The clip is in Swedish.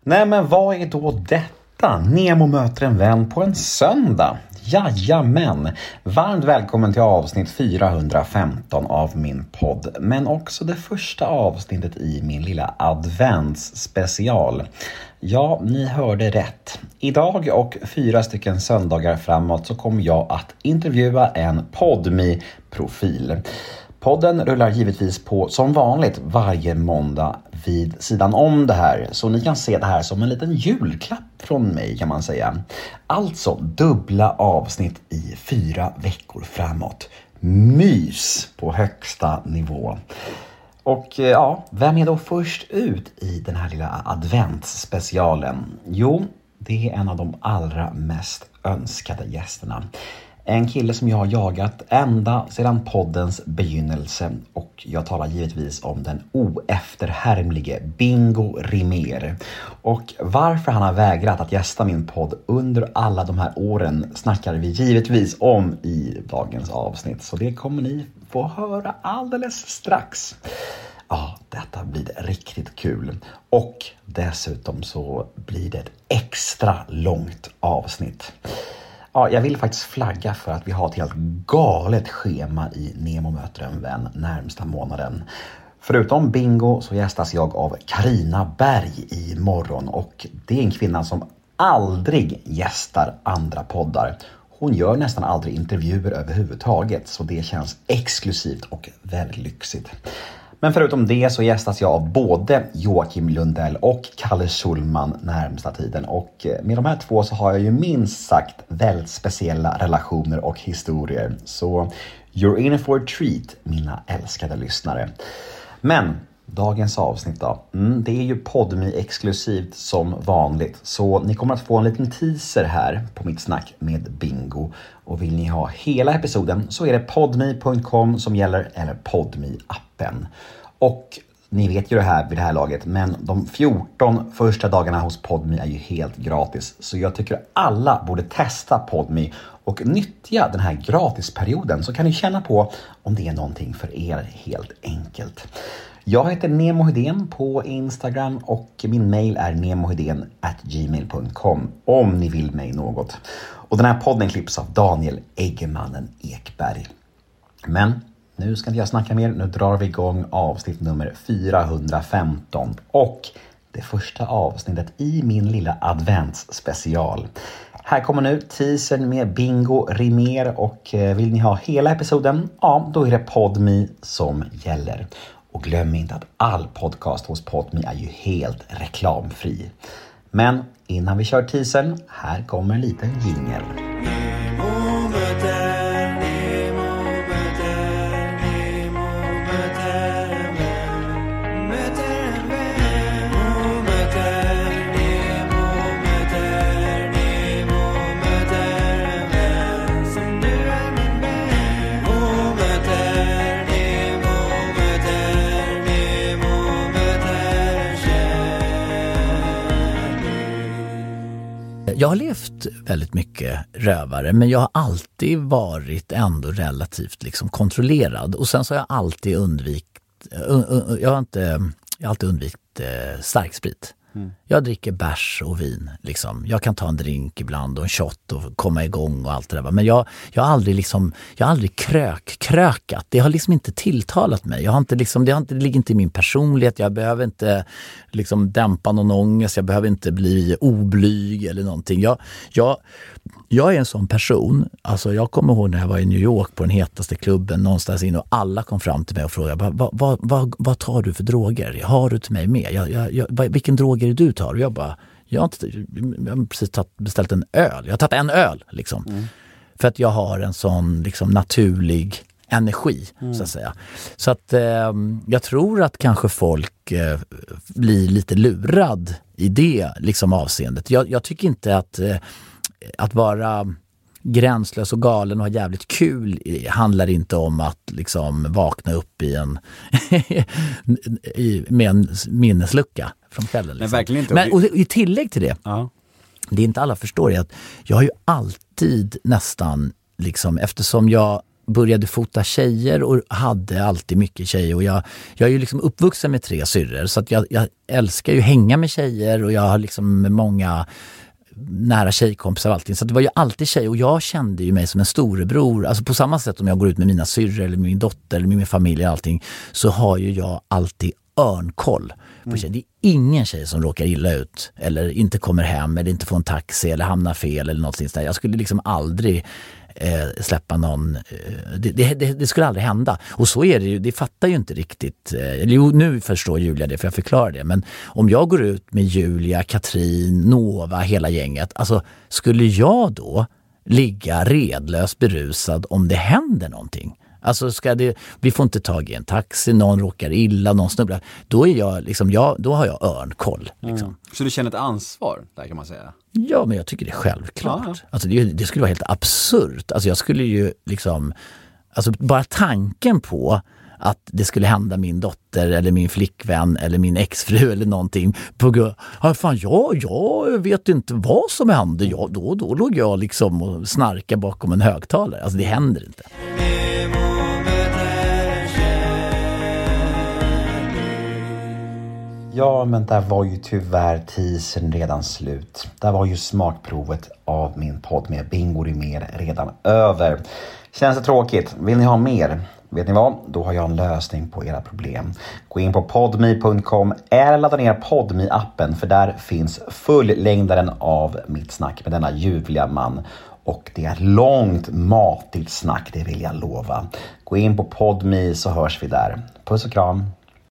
Nej, men vad är då detta? Nemo möter en vän på en söndag. Jajamän! Varmt välkommen till avsnitt 415 av min podd. Men också det första avsnittet i min lilla adventsspecial. Ja, ni hörde rätt. Idag och 4 stycken söndagar framåt så kommer jag att intervjua en PodMe-profil. Podden rullar givetvis på som vanligt varje måndag vid sidan om det här. Så ni kan se det här som en liten julklapp från mig, kan man säga. Alltså dubbla avsnitt i 4 veckor framåt. Mys på högsta nivå. Och ja, vem är då först ut i den här lilla adventsspecialen? Jo, det är en av de allra mest önskade gästerna. En kille som jag har jagat ända sedan poddens begynnelse, och jag talar givetvis om den oefterhärmlige Bingo Rimér. Och varför han har vägrat att gästa min podd under alla de här åren snackar vi givetvis om i dagens avsnitt. Så det kommer ni få höra alldeles strax. Ja, detta blir riktigt kul. Och dessutom så blir det ett extra långt avsnitt. Ja, jag vill faktiskt flagga för att vi har ett helt galet schema i Nemo möter en vän närmsta månaden. Förutom Bingo så gästas jag av Carina Berg i morgon, och det är en kvinna som aldrig gästar andra poddar. Hon gör nästan aldrig intervjuer överhuvudtaget, så det känns exklusivt och väldigt lyxigt. Men förutom det så gästas jag av både Joakim Lundell och Kalle Schulman närmsta tiden. Och med de här två så har jag ju minst sagt väldigt speciella relationer och historier. Så you're in for a treat, mina älskade lyssnare. Men dagens avsnitt då, det är ju PodMe exklusivt som vanligt. Så ni kommer att få en liten teaser här på mitt snack med Bingo. Och vill ni ha hela episoden så är det podme.com som gäller, eller PodMe-appen. Och ni vet ju det här vid det här laget, men de 14 första dagarna hos PodMe är ju helt gratis. Så jag tycker alla borde testa PodMe och nyttja den här gratisperioden, så kan ni känna på om det är någonting för er, helt enkelt. Jag heter Nemo Hedén på Instagram och min mail är nemohedén@gmail.com om ni vill mig något. Och den här podden klipps av Daniel Eggemannen Ekberg. Men nu ska inte jag snacka mer, nu drar vi igång avsnitt nummer 415 och det första avsnittet i min lilla adventsspecial. Här kommer nu teasern med Bingo Rimér, och vill ni ha hela episoden, ja då är det PodMe som gäller. Och glöm inte att all podcast hos PodMe är ju helt reklamfri. Men innan vi kör teasern, här kommer en liten jingle. Jag har levt väldigt mycket rövare, men jag har alltid varit ändå relativt liksom kontrollerad. Och sen så har jag alltid undvikit starksprit. Jag dricker bärs och vin. Liksom. Jag kan ta en drink ibland och en shot och komma igång och allt det där. Men jag har aldrig krökat. Det har liksom inte tilltalat mig. Det ligger inte i min personlighet. Jag behöver inte liksom dämpa någon ångest. Jag behöver inte bli oblyg eller någonting. Jag är en sån person. Alltså jag kommer ihåg när jag var i New York på den hetaste klubben någonstans in, och alla kom fram till mig och frågade vad tar du för droger? Har du till mig med? Vilken droger du tar? Och jag har precis beställt en öl. Jag har tagit en öl liksom. För att jag har en sån liksom naturlig energi så att säga. Så att jag tror att kanske folk blir lite lurad i det liksom avseendet. Jag tycker inte att vara gränslös och galen och ha jävligt kul handlar inte om att liksom vakna upp med en minneslucka från kvällen. Liksom. Men verkligen inte. Men och i tillägg till det, det inte alla förstår är att jag har ju alltid nästan liksom, eftersom jag började fota tjejer och hade alltid mycket tjejer. Och jag är ju liksom uppvuxen med 3 syrror, så att jag älskar ju hänga med tjejer och jag har liksom många nära tjejkompisar och allting. Så det var ju alltid tjejer och jag kände ju mig som en storebror. Alltså på samma sätt om jag går ut med mina syrror eller min dotter eller med min familj och allting, så har ju jag alltid örnkoll på tjejer. Det är ingen tjej som råkar illa ut eller inte kommer hem eller inte får en taxi eller hamnar fel eller något sånt där. Jag skulle liksom aldrig släppa någon, det skulle aldrig hända. Och så är det ju, det fattar ju inte riktigt, jo, nu förstår Julia det för jag förklarar det, men om jag går ut med Julia, Katrin, Nova, hela gänget, alltså skulle jag då ligga redlös berusad om det händer någonting? Alltså vi får inte tag i en taxi, någon råkar illa, någon snubblar. Då är jag liksom, då har jag örnkoll. Liksom. Så du känner ett ansvar, där kan man säga? Ja, men jag tycker det är självklart. Ja. Alltså det skulle vara helt absurt. Alltså jag skulle ju liksom, alltså bara tanken på att det skulle hända min dotter eller min flickvän eller min exfru eller någonting jag vet inte vad som hände. Då låg jag liksom och snarkade bakom en högtalare. Alltså det händer inte. Ja, men där var ju tyvärr teasern redan slut. Där var ju smakprovet av min podd med Bingo Rimér redan över. Känns det tråkigt? Vill ni ha mer? Vet ni vad? Då har jag en lösning på era problem. Gå in på podme.com eller ladda ner Podme-appen, för där finns fullängdaren av mitt snack med denna ljuvliga man. Och det är långt matigt snack, det vill jag lova. Gå in på Podme så hörs vi där. Puss och kram!